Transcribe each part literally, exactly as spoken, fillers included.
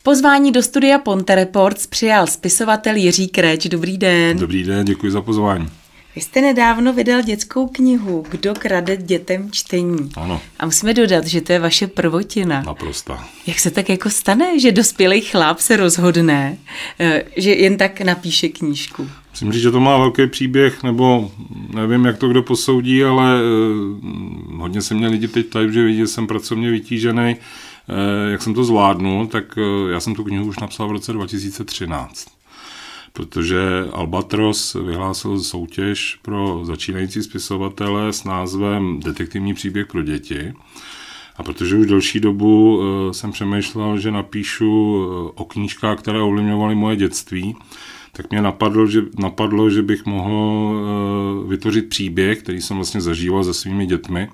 Pozvání do studia Ponte Reports přijal spisovatel Jiří Kreč. Dobrý den. Dobrý den, děkuji za pozvání. Vy jste nedávno vydal dětskou knihu Kdo krade dětem čtení. Ano. A musíme dodat, že to je vaše prvotina. Naprosto. Jak se tak jako stane, že dospělý chlap se rozhodne, že jen tak napíše knížku? Musím říct, že to má velký příběh, nebo nevím, jak to kdo posoudí, ale hodně se mě lidi teď ptají, že vidí, že jsem pracovně vytížený, jak jsem to zvládnul, tak já jsem tu knihu už napsal v roce dva tisíce třináct. Protože Albatros vyhlásil soutěž pro začínající spisovatele s názvem Detektivní příběh pro děti. A protože už delší dobu jsem přemýšlel, že napíšu o knížkách, které ovlivňovaly moje dětství, tak mě napadlo, že, napadlo, že bych mohl vytvořit příběh, který jsem vlastně zažíval se svými dětmi,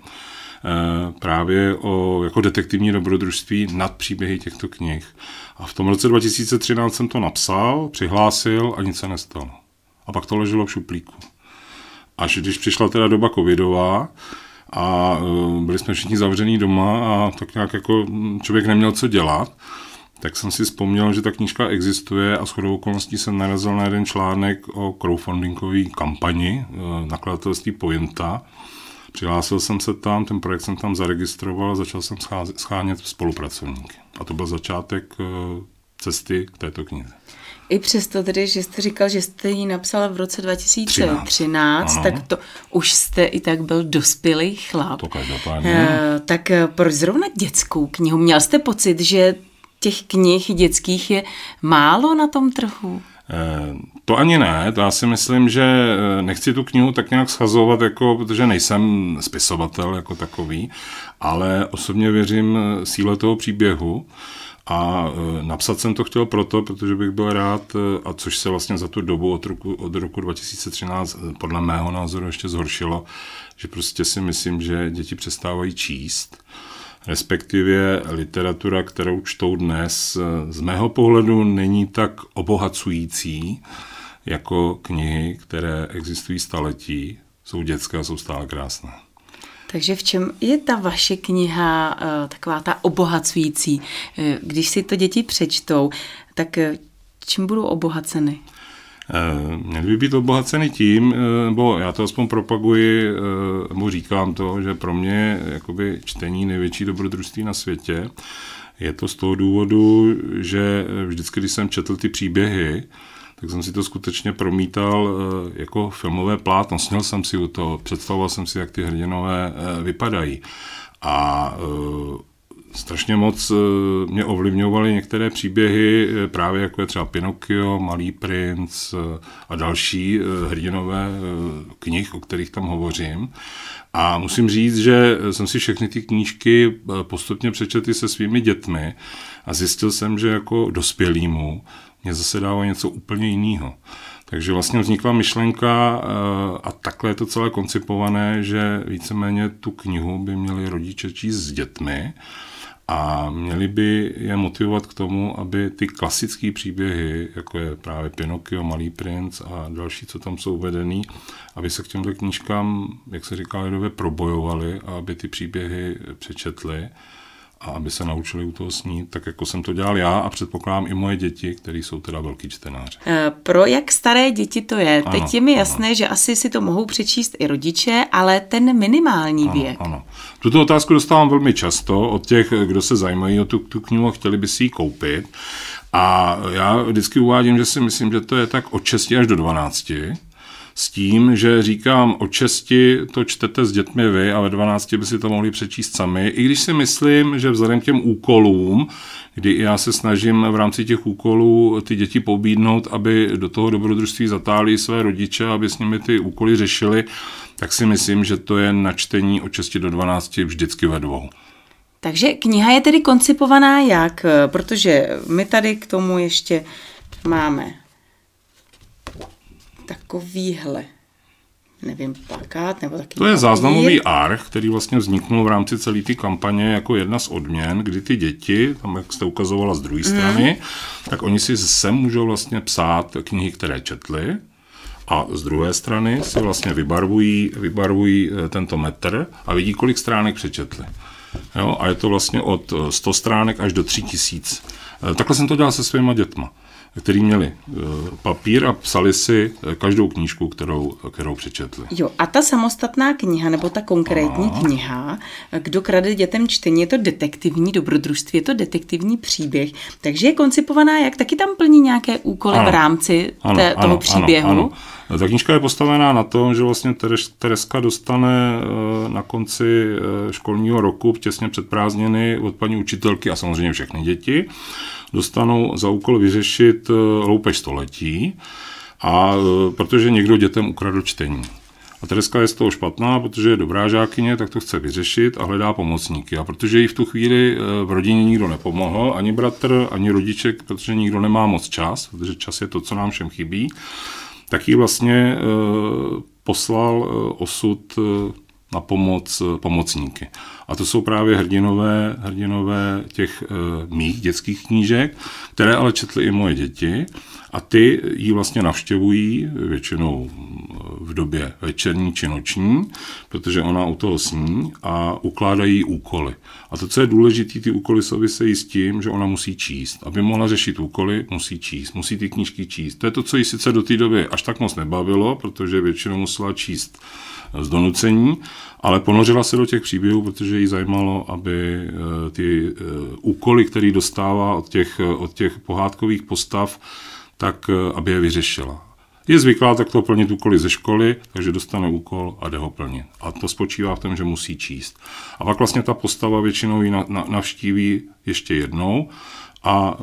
právě o, jako detektivní dobrodružství nad příběhy těchto knih. A v tom roce dva tisíce třináct jsem to napsal, přihlásil a nic se nestalo. A pak to leželo v šuplíku. Až když přišla teda doba covidová a byli jsme všichni zavření doma a tak nějak jako člověk neměl co dělat, tak jsem si vzpomněl, že ta knížka existuje a shodou okolností jsem narazil na jeden článek o crowdfundingové kampani nakladatelství Pointa. Přihlásil jsem se tam, ten projekt jsem tam zaregistroval a začal jsem schánět spolupracovníky. A to byl začátek cesty k této knize. I přesto tedy, že jste říkal, že jste ji napsal v roce dva tisíce třináct, tak to už jste i tak byl dospělý chlap. To každopádně. E, tak proč zrovna dětskou knihu? Měl jste pocit, že těch knih dětských je málo na tom trhu? To ani ne, to já si myslím, že nechci tu knihu tak nějak schazovat, jako, protože nejsem spisovatel jako takový, ale osobně věřím síle toho příběhu a napsat jsem to chtěl proto, protože bych byl rád, a což se vlastně za tu dobu od roku, od roku dva tisíce třináct podle mého názoru ještě zhoršilo, že prostě si myslím, že děti přestávají číst. Respektive literatura, kterou čtou dnes, z mého pohledu není tak obohacující jako knihy, které existují staletí, jsou dětské a jsou stále krásné. Takže v čem je ta vaše kniha taková ta obohacující? Když si to děti přečtou, tak čím budou obohaceny? Měly by být obohaceny tím, nebo já to aspoň propaguji, nebo říkám to, že pro mě jakoby čtení největší dobrodružství na světě. Je to z toho důvodu, že vždycky, když jsem četl ty příběhy, tak jsem si to skutečně promítal jako filmové plátno. Snil jsem si u toho, představoval jsem si, jak ty hrdinové vypadají. A strašně moc mě ovlivňovaly některé příběhy, právě jako je třeba Pinocchio, Malý princ a další hrdinové knih, o kterých tam hovořím. A musím říct, že jsem si všechny ty knížky postupně přečetl se svými dětmi a zjistil jsem, že jako dospělýmu mě zase dává něco úplně jiného. Takže vlastně vznikla myšlenka a takhle je to celé koncipované, že víceméně tu knihu by měli rodiče číst s dětmi a měli by je motivovat k tomu, aby ty klasické příběhy, jako je právě Pinocchio, Malý princ a další, co tam jsou uvedený, aby se k těmto knížkám, jak se říká lidově, probojovali a aby ty příběhy přečetli a aby se naučili u toho snít, tak jako jsem to dělal já a předpokládám i moje děti, které jsou teda velký čtenáři. Pro jak staré děti to je? Ano, teď je mi jasné, ano. že asi si to mohou přečíst i rodiče, ale ten minimální ano, věk. Ano. Tuto otázku dostávám velmi často od těch, kdo se zajímají o tu, tu knihu a chtěli by si ji koupit. A já vždycky uvádím, že si myslím, že to je tak od šesti až do dvanácti. S tím, že říkám, od šesti to čtete s dětmi vy a ve dvanácti by si to mohli přečíst sami. I když si myslím, že vzhledem k těm úkolům, kdy já se snažím v rámci těch úkolů ty děti pobídnout, aby do toho dobrodružství zatáhli své rodiče, aby s nimi ty úkoly řešili, tak si myslím, že to je na čtení od šesti do dvanácti vždycky ve dvou. Takže kniha je tedy koncipovaná jak? Protože my tady k tomu ještě máme takovýhle, nevím, plakát nebo taky. To je záznamový arch, který vlastně vzniknul v rámci celé té kampaně jako jedna z odměn, kdy ty děti, tam jak jste ukazovala z druhé mm. strany, tak oni si sem můžou vlastně psát knihy, které četli, a z druhé strany si vlastně vybarvují, vybarvují tento metr a vidí, kolik stránek přečetli. Jo, a je to vlastně od sto stránek až do tři tisíc. Takhle jsem to dělal se svýma dětma, který měli papír a psali si každou knížku, kterou, kterou přečetli. Jo, a ta samostatná kniha, nebo ta konkrétní Aha. kniha, Kdo krade dětem čtení, je to detektivní dobrodružství, je to detektivní příběh, takže je koncipovaná jak? Taky tam plní nějaké úkoly ano. v rámci ano, té, toho ano, příběhu? Ano, ano. Ta knížka je postavená na tom, že vlastně Tereska dostane na konci školního roku, těsně před prázdniny, od paní učitelky a samozřejmě všechny děti, dostanou za úkol vyřešit loupež století, a protože někdo dětem ukradl čtení. A Tereska je z toho špatná, protože je dobrá žákyně, tak to chce vyřešit a hledá pomocníky. A protože jí v tu chvíli v rodině nikdo nepomohl, ani bratr, ani rodiček, protože nikdo nemá moc čas, protože čas je to, co nám všem chybí, tak jí vlastně poslal osud na pomoc pomocníky. A to jsou právě hrdinové, hrdinové těch e, mých dětských knížek, které ale četly i moje děti, a ty ji vlastně navštěvují většinou v době večerní či noční, protože ona u toho sní, a ukládají úkoly. A to, co je důležité, ty úkoly souvisejí s tím, že ona musí číst. Aby mohla řešit úkoly, musí číst, musí ty knížky číst. To je to, co jí sice do té doby až tak moc nebavilo, protože většinou musela číst z donucení, ale ponořila se do těch příběhů, protože jí zajímalo, aby ty úkoly, které dostává od těch, od těch pohádkových postav, tak aby je vyřešila. Je zvyklá takto plnit úkoly ze školy, takže dostane úkol a jde ho plnit. A to spočívá v tom, že musí číst. A pak vlastně ta postava většinou ji na, na, navštíví ještě jednou a e,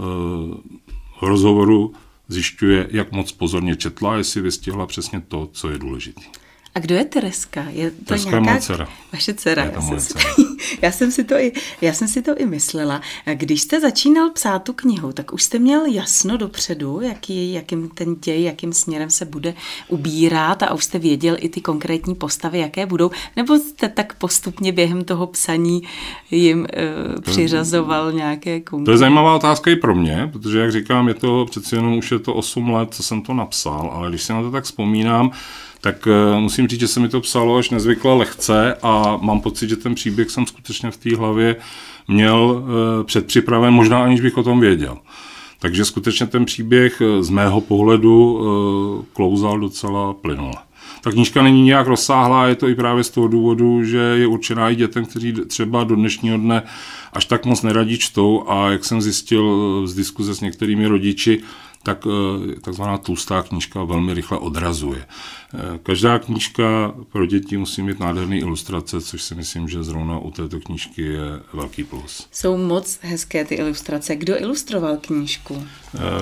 v rozhovoru zjišťuje, jak moc pozorně četla, jestli vystihla přesně to, co je důležité. A kdo je Tereska? Je to Tereska nějaká... je moje dcera. Vaše dcera. Je to moje dcera. Já jsem si to i, já jsem si to i myslela. Když jste začínal psát tu knihu, tak už jste měl jasno dopředu, jaký, jakým ten děj, jakým směrem se bude ubírat, a už jste věděl i ty konkrétní postavy, jaké budou? Nebo jste tak postupně během toho psaní jim uh, přiřazoval nějaké konkrétní? To je zajímavá otázka i pro mě, protože, jak říkám, je to přeci jenom už je to osm let, co jsem to napsal, ale když si na to tak vzpomínám, tak musím říct, že se mi to psalo až nezvykle lehce a mám pocit, že ten příběh jsem skutečně v té hlavě měl předpřipraven, možná aniž bych o tom věděl. Takže skutečně ten příběh z mého pohledu klouzal docela plynule. Ta knížka není nějak rozsáhlá, je to i právě z toho důvodu, že je určená i dětem, kteří třeba do dnešního dne až tak moc neradí čtou, a jak jsem zjistil z diskuze s některými rodiči, tak takzvaná tlustá knížka velmi rychle odrazuje. Každá knížka pro děti musí mít nádherné ilustrace, což si myslím, že zrovna u této knížky je velký plus. Jsou moc hezké ty ilustrace. Kdo ilustroval knížku? Uh,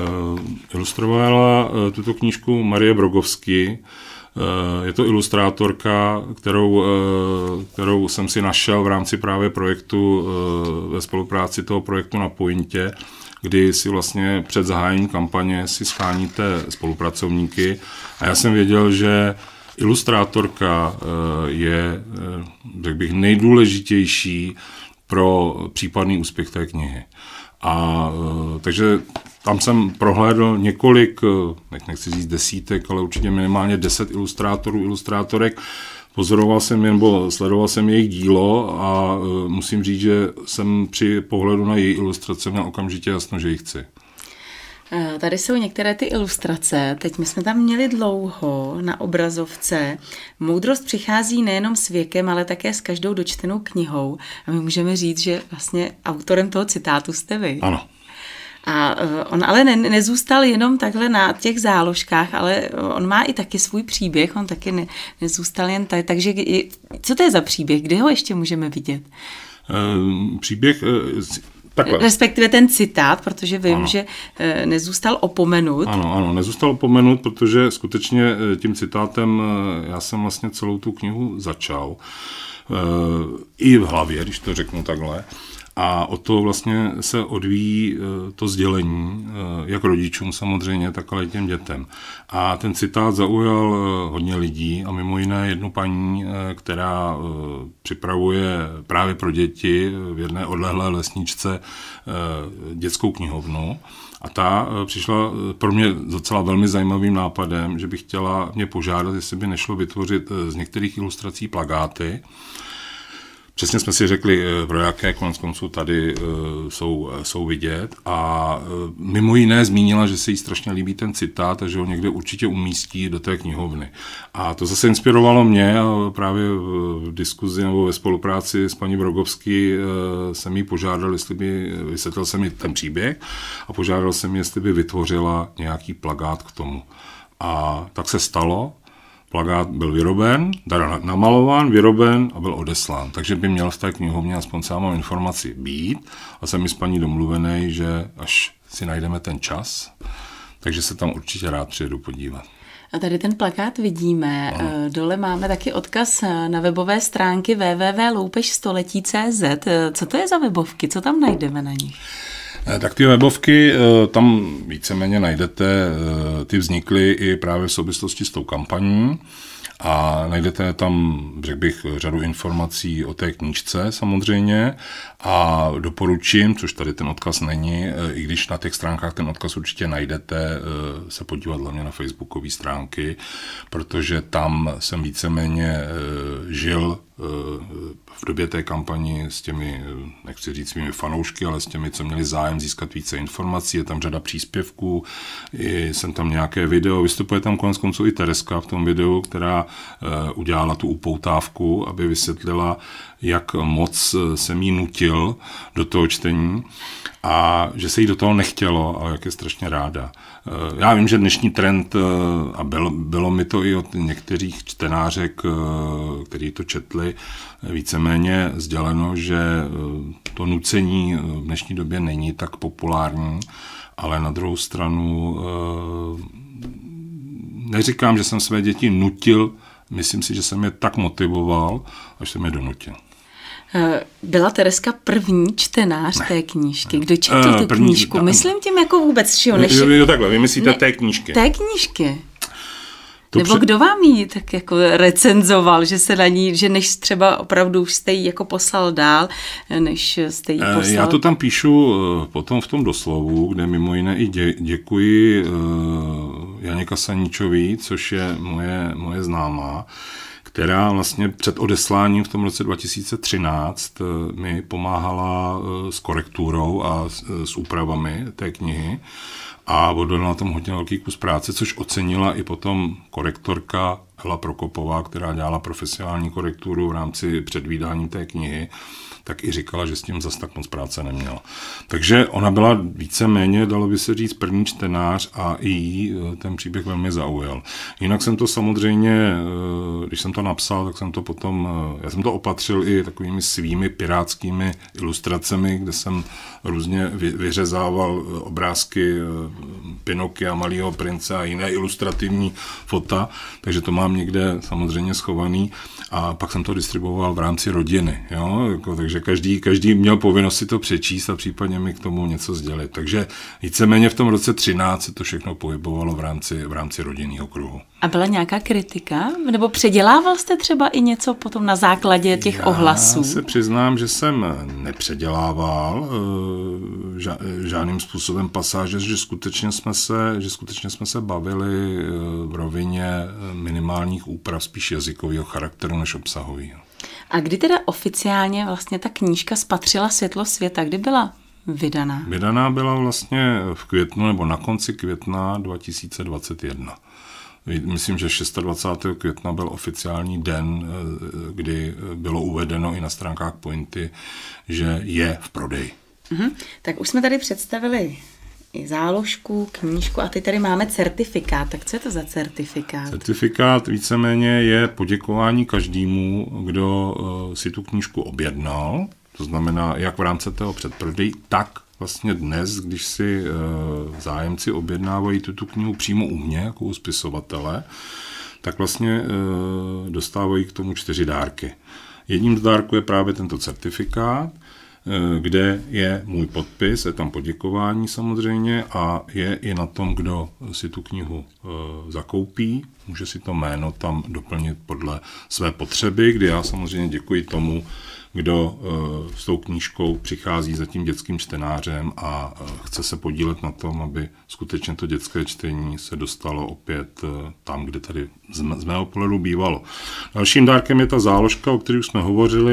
ilustrovala tuto knížku Marie Brogovsky. Je to ilustrátorka, kterou, kterou jsem si našel v rámci právě projektu, ve spolupráci toho projektu Na Pointě, kdy si vlastně před zahájením kampaně si scháníte spolupracovníky, a já jsem věděl, že ilustrátorka je, řekl bych, nejdůležitější pro případný úspěch té knihy. A takže tam jsem prohlédl několik, nechci říct desítek, ale určitě minimálně deset ilustrátorů, ilustrátorek. Pozoroval jsem je, nebo sledoval jsem jejich dílo, a musím říct, že jsem při pohledu na její ilustrace měl okamžitě jasno, že ji chci. Tady jsou některé ty ilustrace. Teď my jsme tam měli dlouho na obrazovce. Moudrost přichází nejenom s věkem, ale také s každou dočtenou knihou. A my můžeme říct, že vlastně autorem toho citátu jste vy. Ano. A on ale ne, nezůstal jenom takhle na těch záložkách, ale on má i taky svůj příběh, on taky ne, nezůstal jen tak. Takže co to je za příběh? Kde ho ještě můžeme vidět? Uh, příběh... Uh, Takhle. Respektive ten citát, protože vím, ano. že nezůstal opomenut. Ano, ano, nezůstal opomenut, protože skutečně tím citátem já jsem vlastně celou tu knihu začal. I v hlavě, když to řeknu takhle. A od toho vlastně se odvíjí to sdělení, jak rodičům samozřejmě, tak ale i těm dětem. A ten citát zaujal hodně lidí, a mimo jiné jednu paní, která připravuje právě pro děti v jedné odlehlé lesničce dětskou knihovnu. A ta přišla pro mě docela velmi zajímavým nápadem, že by chtěla mě požádat, jestli by nešlo vytvořit z některých ilustrací plakáty. Přesně jsme si řekli, pro jaké konec konců tady jsou, jsou vidět a mimo jiné zmínila, že se jí strašně líbí ten citát a že ho někde určitě umístí do té knihovny. A to zase inspirovalo mě a právě v diskuzi nebo ve spolupráci s paní Brogovský jsem jí požádal, jestli by, vysvětlil jsem jí ten příběh a požádal jsem ji, jestli by vytvořila nějaký plakát k tomu. A tak se stalo. Plakát byl vyroben, teda namalován, vyroben a byl odeslán. Takže by měl v té knihovně aspoň samou informaci být. A jsem mi s paní domluvený, že až si najdeme ten čas, takže se tam určitě rád přijedu podívat. A tady ten plakát vidíme. Ano. Dole máme taky odkaz na webové stránky w w w tečka loupež století tečka c z. Co to je za webovky? Co tam najdeme na nich? Tak ty webovky, tam víceméně najdete, ty vznikly i právě v souvislosti s tou kampaní a najdete tam, řekl bych, řadu informací o té knížce samozřejmě a doporučím, což tady ten odkaz není, i když na těch stránkách ten odkaz určitě najdete, se podívat hlavně na facebookové stránky, protože tam jsem víceméně žil v době té kampani s těmi, nechci říct svými fanoušky, ale s těmi, co měli zájem získat více informací. Je tam řada příspěvků, jsem tam nějaké video, vystupuje tam konec konců i Tereska v tom videu, která udělala tu upoutávku, aby vysvětlila, jak moc jsem jí nutil do toho čtení a že se jí do toho nechtělo, ale jak je strašně ráda. Já vím, že dnešní trend, a bylo, bylo mi to i od některých čtenářek, kteří to četli, víceméně sděleno, že to nucení v dnešní době není tak populární, ale na druhou stranu neříkám, že jsem své děti nutil, myslím si, že jsem je tak motivoval, až jsem je donutil. Byla Tereska první čtenář ne. té knížky? Kdo četl tu první, knížku? Ne. Myslím tím jako vůbec, že jo? Než... Jo, jo, takhle, vy myslíte ne, té knížky. Té knížky. To Nebo před... kdo vám ji tak jako recenzoval, že se na ní, že než třeba opravdu už jste ji jako poslal dál, než jste ji poslal? Já to tam píšu potom v tom doslovu, kde mimo jiné i dě, děkuji Janě Kasaníčový, což je moje, moje známá, která vlastně před odesláním v tom roce dva tisíce třináct mi pomáhala s korekturou a s úpravami té knihy a odvedla na tom hodně velký kus práce, což ocenila i potom korektorka Hela Prokopová, která dělala profesionální korekturu v rámci předvídání té knihy, tak i říkala, že s tím zas tak moc práce neměla. Takže ona byla víceméně, dalo by se říct, první čtenář a i jí ten příběh velmi zaujal. Jinak jsem to samozřejmě, když jsem to napsal, tak jsem to potom, já jsem to opatřil i takovými svými pirátskými ilustracemi, kde jsem různě vyřezával obrázky Pinokia, Malého prince a jiné ilustrativní fota, takže to mám někde samozřejmě schovaný a pak jsem to distribuoval v rámci rodiny, jo? Jako, takže každý, každý měl povinnost si to přečíst a případně mi k tomu něco sdělit. Takže víceméně v tom roce třináct se to všechno pohybovalo v rámci, v rámci rodinného kruhu. A byla nějaká kritika? Nebo předělával jste třeba i něco potom na základě těch Já ohlasů? Já se přiznám, že jsem nepředělával žádným způsobem pasáže, že skutečně jsme se, že skutečně jsme se bavili v rovině minimálních úprav spíš jazykového charakteru než obsahového. A kdy teda oficiálně vlastně ta knížka spatřila světlo světa? Kdy byla vydaná? Vydaná byla vlastně v květnu nebo na konci května dva tisíce dvacet jedna. Myslím, že dvacátého šestého května byl oficiální den, kdy bylo uvedeno i na stránkách Pointy, že je v prodeji. Mhm. Tak už jsme tady představili i záložku, knížku a teď tady máme certifikát. Tak co je to za certifikát? Certifikát víceméně je poděkování každému, kdo si tu knížku objednal. To znamená, jak v rámci toho předprodeji, tak vlastně dnes, když si zájemci objednávají tuto knihu přímo u mě, jako u spisovatele, tak vlastně dostávají k tomu čtyři dárky. Jedním z dárků je právě tento certifikát, kde je můj podpis, je tam poděkování samozřejmě a je i na tom, kdo si tu knihu e, zakoupí. Může si to jméno tam doplnit podle své potřeby, kdy já samozřejmě děkuji tomu, kdo e, s tou knížkou přichází za tím dětským čtenářem a e, chce se podílet na tom, aby skutečně to dětské čtení se dostalo opět e, tam, kde tady z, z mého pohledu bývalo. Dalším dárkem je ta záložka, o které už jsme hovořili,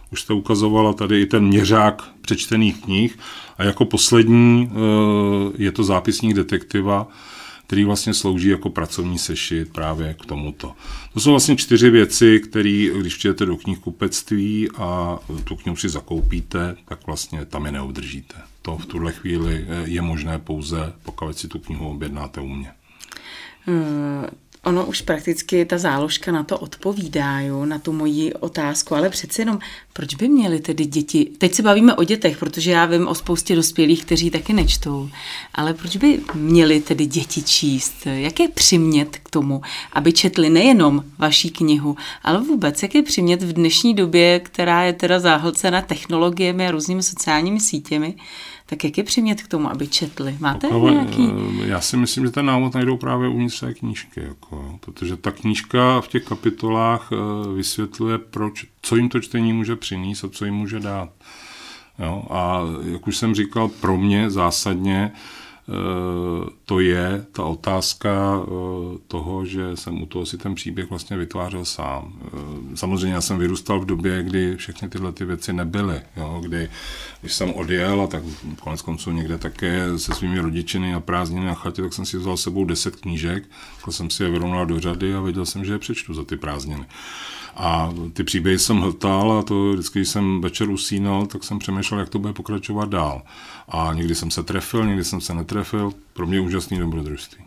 Už jste ukazovala tady i ten měřák přečtených knih a jako poslední je to zápisník detektiva, který vlastně slouží jako pracovní sešit právě k tomuto. To jsou vlastně čtyři věci, které, když přijdete do knihkupectví a tu knihu si zakoupíte, tak vlastně tam je neobdržíte. To v tuhle chvíli je možné pouze, pokud si tu knihu objednáte u mě. Hmm. Ono už prakticky ta záložka na to odpovídá, jo, na tu moji otázku, ale přeci jenom, proč by měly tedy děti, teď se bavíme o dětech, protože já vím o spoustě dospělých, kteří taky nečtou, ale proč by měly tedy děti číst? Jak je přimět k tomu, aby četli nejenom vaší knihu, ale vůbec, jak je přimět v dnešní době, která je teda záhlcena technologiemi a různými sociálními sítěmi, tak jak je přimět k tomu, aby četli? Máte Takové, nějaký? Já si myslím, že ten návod najdou právě uvnitř té knížky, jako, protože ta knížka v těch kapitolách vysvětluje, proč, co jim to čtení může přinést a co jim může dát. Jo? A jak už jsem říkal, pro mě zásadně to je ta otázka toho, že jsem u toho si ten příběh vlastně vytvářel sám. Samozřejmě já jsem vyrůstal v době, kdy všechny tyhle ty věci nebyly. Jo? Kdy, když jsem odjel a tak konec konců někde také se svými rodičiny na prázdniny na chatě, tak jsem si vzal s sebou deset knížek, tak jsem si je vyrovnal do řady a věděl jsem, že je přečtu za ty prázdniny. A ty příběhy jsem hltal a to vždycky, když jsem večer usínal, tak jsem přemýšlel, jak to bude pokračovat dál. A někdy jsem se trefil, někdy jsem se netrefil. Pro mě úžasný dobrodružství.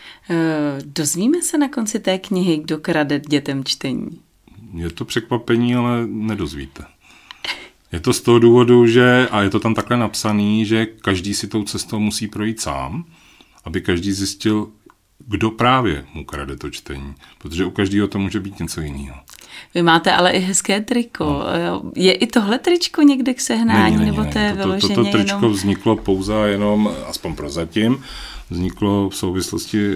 Dozvíme se na konci té knihy, kdo krade dětem čtení? Je to překvapení, ale nedozvíte. Je to z toho důvodu, že, a je to tam takhle napsaný, že každý si tou cestou musí projít sám, aby každý zjistil, kdo právě mu krade to čtení. Protože u každého to může být něco jiného. Vy máte ale i hezké triko. No. Je i tohle tričko někde k sehnání? Není, není, nebo to je to, vyloženě Toto tričko jenom... vzniklo pouze jenom, aspoň prozatím, vzniklo v souvislosti e,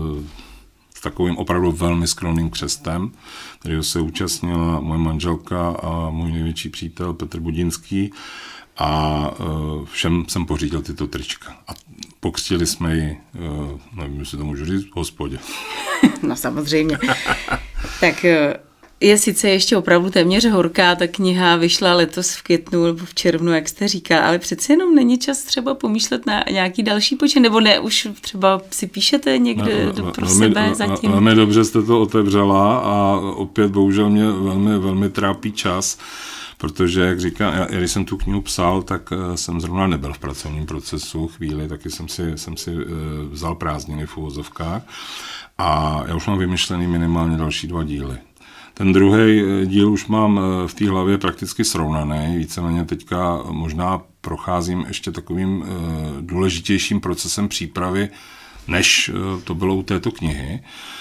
s takovým opravdu velmi skromným křestem, kterého se účastnila moje manželka a můj největší přítel Petr Budinský. A e, všem jsem pořídil tyto trička. A pokřtili jsme ji, e, nevím, jestli to můžu říct, v hospodě. No samozřejmě. Tak je sice ještě opravdu téměř horká, ta kniha vyšla letos v květnu nebo v červnu, jak jste říkal, ale přece jenom není čas třeba pomýšlet na nějaký další počin, nebo ne, už třeba si píšete někde no, pro velmi, sebe zatím. Velmi dobře jste to otevřela a opět bohužel mě velmi, velmi trápí čas, protože, jak říkám, já, když jsem tu knihu psal, tak jsem zrovna nebyl v pracovním procesu chvíli, taky jsem si, jsem si vzal prázdniny v uvozovkách a já už mám vymyšlený minimálně další dva díly. Ten druhý díl už mám v té hlavě prakticky srovnaný, víceméně teďka možná procházím ještě takovým důležitějším procesem přípravy, než to bylo u této knihy.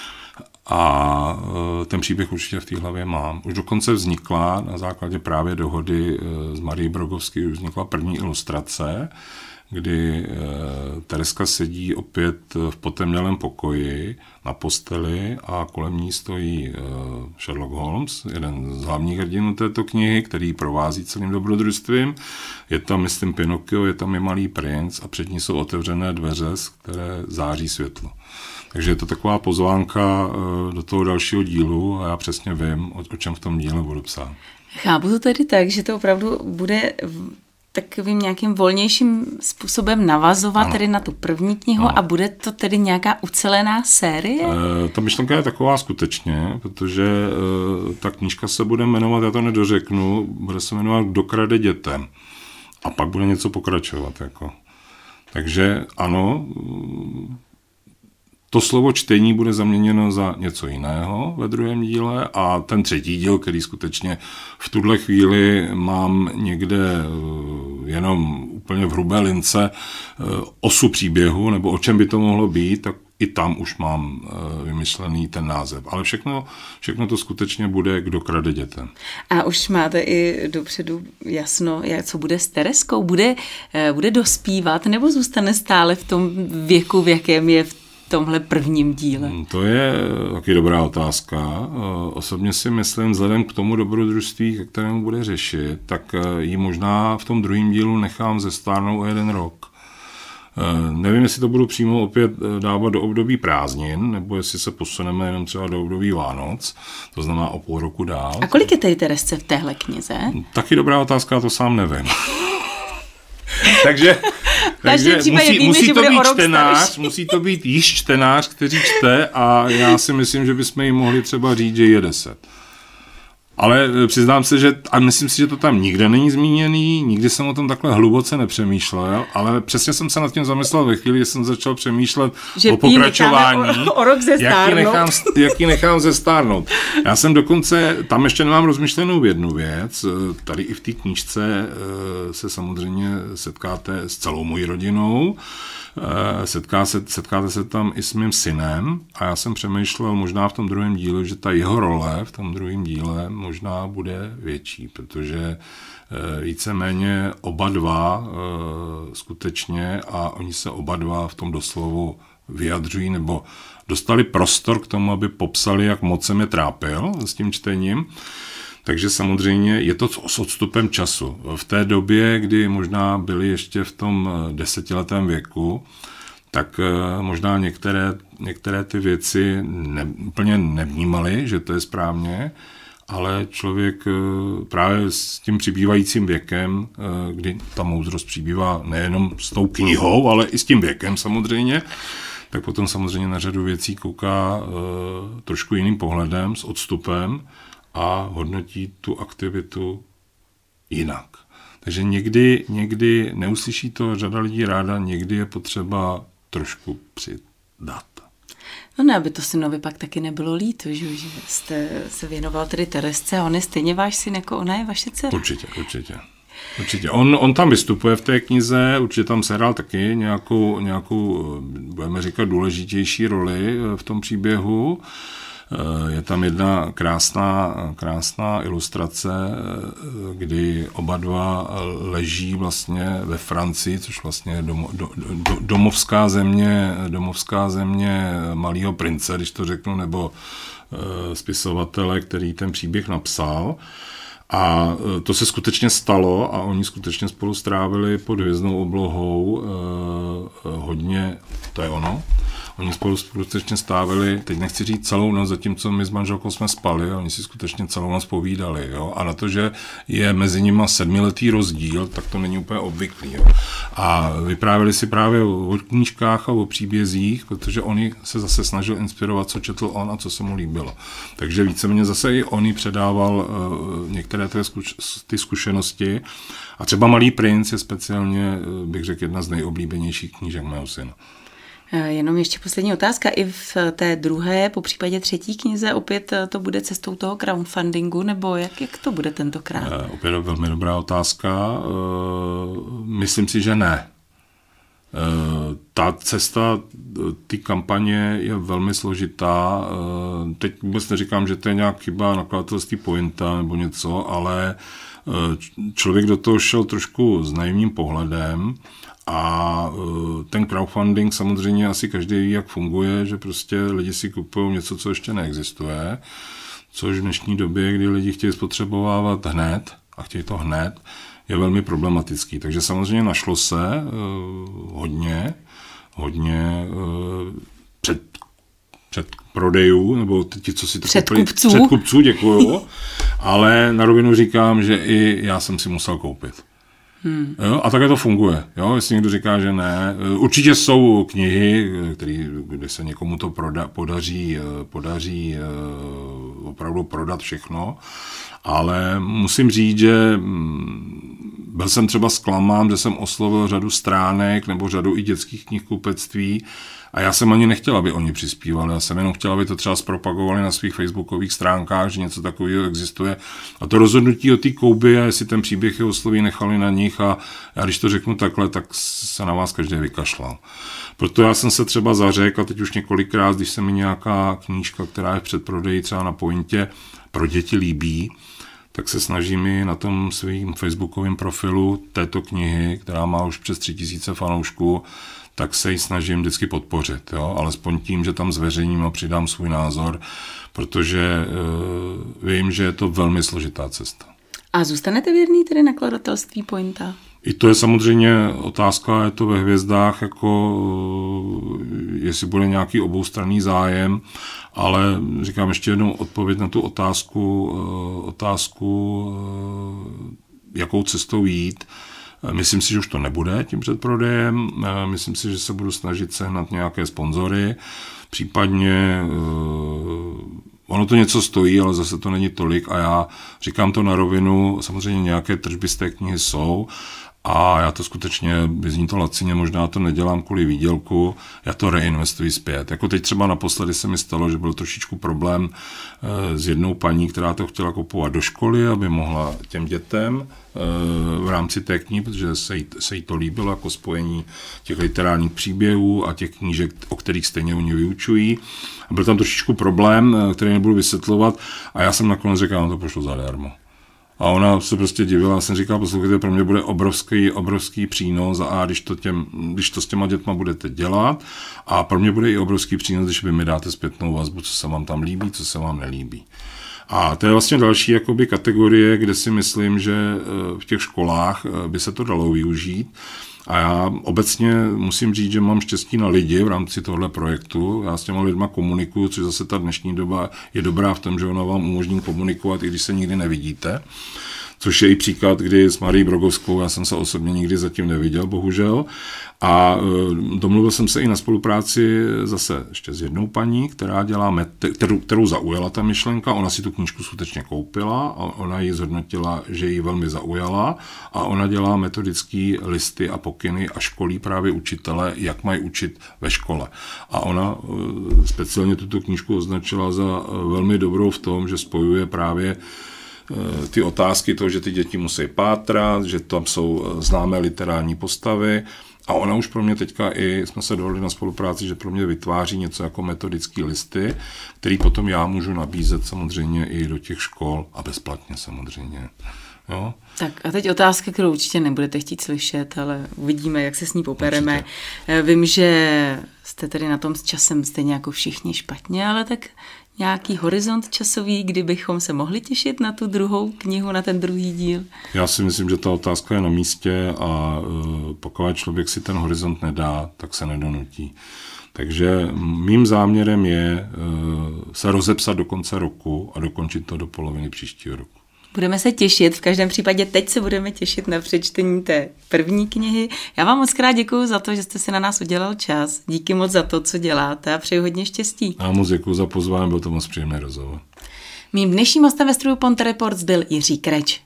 A ten příběh určitě v té hlavě mám. Už dokonce vznikla na základě právě dohody s Marií Brogovsky, už vznikla první ilustrace, kdy Tereska sedí opět v potemnělém pokoji na posteli a kolem ní stojí Sherlock Holmes, jeden z hlavních hrdinů této knihy, který provází celým dobrodružstvím. Je tam, myslím, Pinocchio, je tam i Malý princ a před ní jsou otevřené dveře, z které září světlo. Takže je to taková pozvánka do toho dalšího dílu a já přesně vím, o čem v tom díle budu psát. Chápu to tedy tak, že to opravdu bude takovým nějakým volnějším způsobem navazovat ano. tedy na tu první knihu ano. a bude to tedy nějaká ucelená série? E, ta myšlenka je taková skutečně, protože e, ta knížka se bude jmenovat, já to nedořeknu, bude se jmenovat Kdo krade dětem. A pak bude něco pokračovat. Jako. Takže ano, to slovo čtení bude zaměněno za něco jiného ve druhém díle a ten třetí díl, který skutečně v tuhle chvíli mám někde jenom úplně v hrubé lince osu příběhu, nebo o čem by to mohlo být, tak i tam už mám vymyšlený ten název. Ale všechno, všechno to skutečně bude Kdo krade dětem. A už máte i dopředu jasno, co bude s Tereskou? Bude, bude dospívat nebo zůstane stále v tom věku, v jakém je v tomhle prvním díle? To je taky dobrá otázka. Osobně si myslím, vzhledem k tomu dobrodružství, kterému bude řešit, tak ji možná v tom druhém dílu nechám zestárnout o jeden rok. Nevím, jestli to budu přímo opět dávat do období prázdnin, nebo jestli se posuneme jenom třeba do období Vánoc, to znamená o půl roku dál. A kolik je tedy Teresce v téhle knize? Taky dobrá otázka, to sám nevím. takže takže musí, víme, musí to být čtenář, musí to být již čtenář, který čte a já si myslím, že bychom jim mohli třeba říct, že je deset. Ale přiznám se, že a myslím si, že to tam nikde není zmíněný, nikdy jsem o tom takhle hluboce nepřemýšlel, ale přesně jsem se nad tím zamyslel ve chvíli, kdy jsem začal přemýšlet že o pokračování, o, o rok jaký nechám, jaký nechám zestárnout. Já jsem dokonce, tam ještě nemám rozmyšlenou jednu věc, tady i v té knížce se samozřejmě setkáte s celou mojí rodinou, Setká se, setkáte se tam i s mým synem a já jsem přemýšlel možná v tom druhém díle, že ta jeho role v tom druhém díle možná bude větší, protože víceméně oba dva skutečně a oni se oba dva v tom doslovu vyjadřují nebo dostali prostor k tomu, aby popsali, jak moc jsem je trápil s tím čtením. Takže samozřejmě je to s odstupem času. V té době, kdy možná byli ještě v tom desetiletém věku, tak možná některé, některé ty věci ne, úplně nevnímali, že to je správně, ale člověk právě s tím přibývajícím věkem, kdy ta moudrost přibývá nejenom s tou knihou, ale i s tím věkem samozřejmě, tak potom samozřejmě na řadu věcí kouká trošku jiným pohledem, s odstupem, a hodnotí tu aktivitu jinak. Takže někdy, někdy neuslyší to řada lidí ráda, někdy je potřeba trošku přidat. No ne, aby to synovi pak taky nebylo líto, že jste se věnoval tedy Teresce a on je stejně váš syn, jako ona je vaše dcera. Určitě, určitě. Určitě. On, on tam vystupuje v té knize, určitě tam sehrál taky nějakou, nějakou, budeme říkat, důležitější roli v tom příběhu. Je tam jedna krásná, krásná ilustrace, kdy oba dva leží vlastně ve Francii, což vlastně je domo, do, do, domovská země, domovská země Malého prince, když to řeknu, nebo spisovatele, který ten příběh napsal. A to se skutečně stalo a oni skutečně spolu strávili pod hvězdnou oblohou hodně, to je ono, oni spolu skutečně stávili, teď nechci říct celou noc, zatímco my s manželkou jsme spali, oni si skutečně celou noc povídali. Jo? A na to, že je mezi nimi sedmiletý rozdíl, tak to není úplně obvyklý. Jo? A vyprávěli si právě o knížkách a o příbězích, protože oni se zase snažil inspirovat, co četl on a co se mu líbilo. Takže víceméně zase i on předával uh, některé ty, zkuš- ty zkušenosti. A třeba Malý princ je speciálně, bych řekl, jedna z nejoblíbenějších knížek mého syna. Jenom ještě poslední otázka. I v té druhé, po případě třetí knize, opět to bude cestou toho crowdfundingu, nebo jak, jak to bude tentokrát? E, opět je velmi dobrá otázka. E, myslím si, že ne. E, ta cesta, ty kampaně je velmi složitá. E, teď vůbec neříkám, že to je nějak chyba nakladatelství Pointa nebo něco, ale člověk do toho šel trošku s naivním pohledem. A ten crowdfunding samozřejmě asi každý ví, jak funguje, že prostě lidi si kupují něco, co ještě neexistuje, což v dnešní době, kdy lidi chtějí spotřebovávat hned a chtějí to hned, je velmi problematický. Takže samozřejmě našlo se uh, hodně, hodně uh, před, před prodejů, nebo ti, co si to koupili. Předkupců. Předkupců, děkuju. Ale na rovinu říkám, že i já jsem si musel koupit. Hmm. Jo, a takhle to funguje. Jo? Jestli někdo říká, že ne. Určitě jsou knihy, který, kde se někomu to proda, podaří, podaří opravdu prodat všechno, ale musím říct, že byl jsem třeba zklamán, že jsem oslovil řadu stránek nebo řadu i dětských knihkupectví a já jsem ani nechtěl, aby oni přispívali. Já jsem jenom chtěl, aby to třeba zpropagovali na svých facebookových stránkách, že něco takového existuje. A to rozhodnutí o té kouby, a jestli ten příběh je osloví, nechali na nich a já když to řeknu takhle, tak se na vás každý vykašlal. Proto já jsem se třeba zařekl a teď už několikrát, když se mi nějaká knížka, která je v předprodeji třeba na Pointě, pro děti líbí, tak se snažím i na tom svým facebookovém profilu této knihy, která má už přes tři tisíce fanoušků, tak se ji snažím vždycky podpořit. Jo? Alespoň tím, že tam zveřejním a přidám svůj názor, protože uh, vím, že je to velmi složitá cesta. A zůstanete věrný tedy nakladatelství Pointa? I to je samozřejmě otázka, je to ve hvězdách, jako jestli bude nějaký oboustranný zájem, ale říkám ještě jednou odpověď na tu otázku, otázku, jakou cestou jít. Myslím si, že už to nebude tím předprodejem, myslím si, že se budu snažit sehnat nějaké sponzory, případně ono to něco stojí, ale zase to není tolik a já říkám to na rovinu, samozřejmě nějaké tržby z té knihy jsou a já to skutečně, vyzní to lacině, možná to nedělám kvůli výdělku, já to reinvestuji zpět. Jako teď třeba naposledy se mi stalo, že byl trošičku problém s jednou paní, která to chtěla kupovat do školy, aby mohla těm dětem v rámci té knihy, protože se jí, se jí to líbilo jako spojení těch literárních příběhů a těch knížek, o kterých stejně oni vyučují. A byl tam trošičku problém, který nebudu vysvětlovat a já jsem nakonec řekl, no to pošlu zadarmo. A ona se prostě divila, a jsem říkal, poslouchejte, pro mě bude obrovský, obrovský přínos a když to, těm, když to s těma dětma budete dělat a pro mě bude i obrovský přínos, když vy mi dáte zpětnou vazbu, co se vám tam líbí, co se vám nelíbí. A to je vlastně další jakoby kategorie, kde si myslím, že v těch školách by se to dalo využít. A já obecně musím říct, že mám štěstí na lidi v rámci tohle projektu. Já s těma lidma komunikuju, což zase ta dnešní doba je dobrá v tom, že ona vám umožní komunikovat, i když se nikdy nevidíte. Což je i příklad, kdy s Marií Brogovskou já jsem se osobně nikdy zatím neviděl, bohužel. A domluvil jsem se i na spolupráci zase ještě s jednou paní, která dělá, met- kterou, kterou zaujala ta myšlenka. Ona si tu knížku skutečně koupila a ona ji zhodnotila, že ji velmi zaujala a ona dělá metodické listy a pokyny a školí právě učitele, jak mají učit ve škole. A ona speciálně tuto knížku označila za velmi dobrou v tom, že spojuje právě ty otázky toho, že ty děti musí pátrat, že tam jsou známé literární postavy a ona už pro mě teďka i, jsme se dohodli na spolupráci, že pro mě vytváří něco jako metodické listy, který potom já můžu nabízet samozřejmě i do těch škol a bezplatně samozřejmě. Jo? Tak a teď otázka, kterou určitě nebudete chtít slyšet, ale uvidíme, jak se s ní popereme. Určitě. Vím, že jste tedy na tom s časem stejně jako všichni špatně, ale tak nějaký horizont časový, kdybychom se mohli těšit na tu druhou knihu, na ten druhý díl? Já si myslím, že ta otázka je na místě a pokud člověk si ten horizont nedá, tak se nedonutí. Takže mým záměrem je se rozepsat do konce roku a dokončit to do poloviny příštího roku. Budeme se těšit, v každém případě teď se budeme těšit na přečtení té první knihy. Já vám moc krát děkuji za to, že jste si na nás udělal čas. Díky moc za to, co děláte a přeji hodně štěstí. Já moc děkuji za pozvání, byl to moc příjemný rozhovor. Mým dnešním hostem ve studiu Ponte Reports byl Jiří Kreč.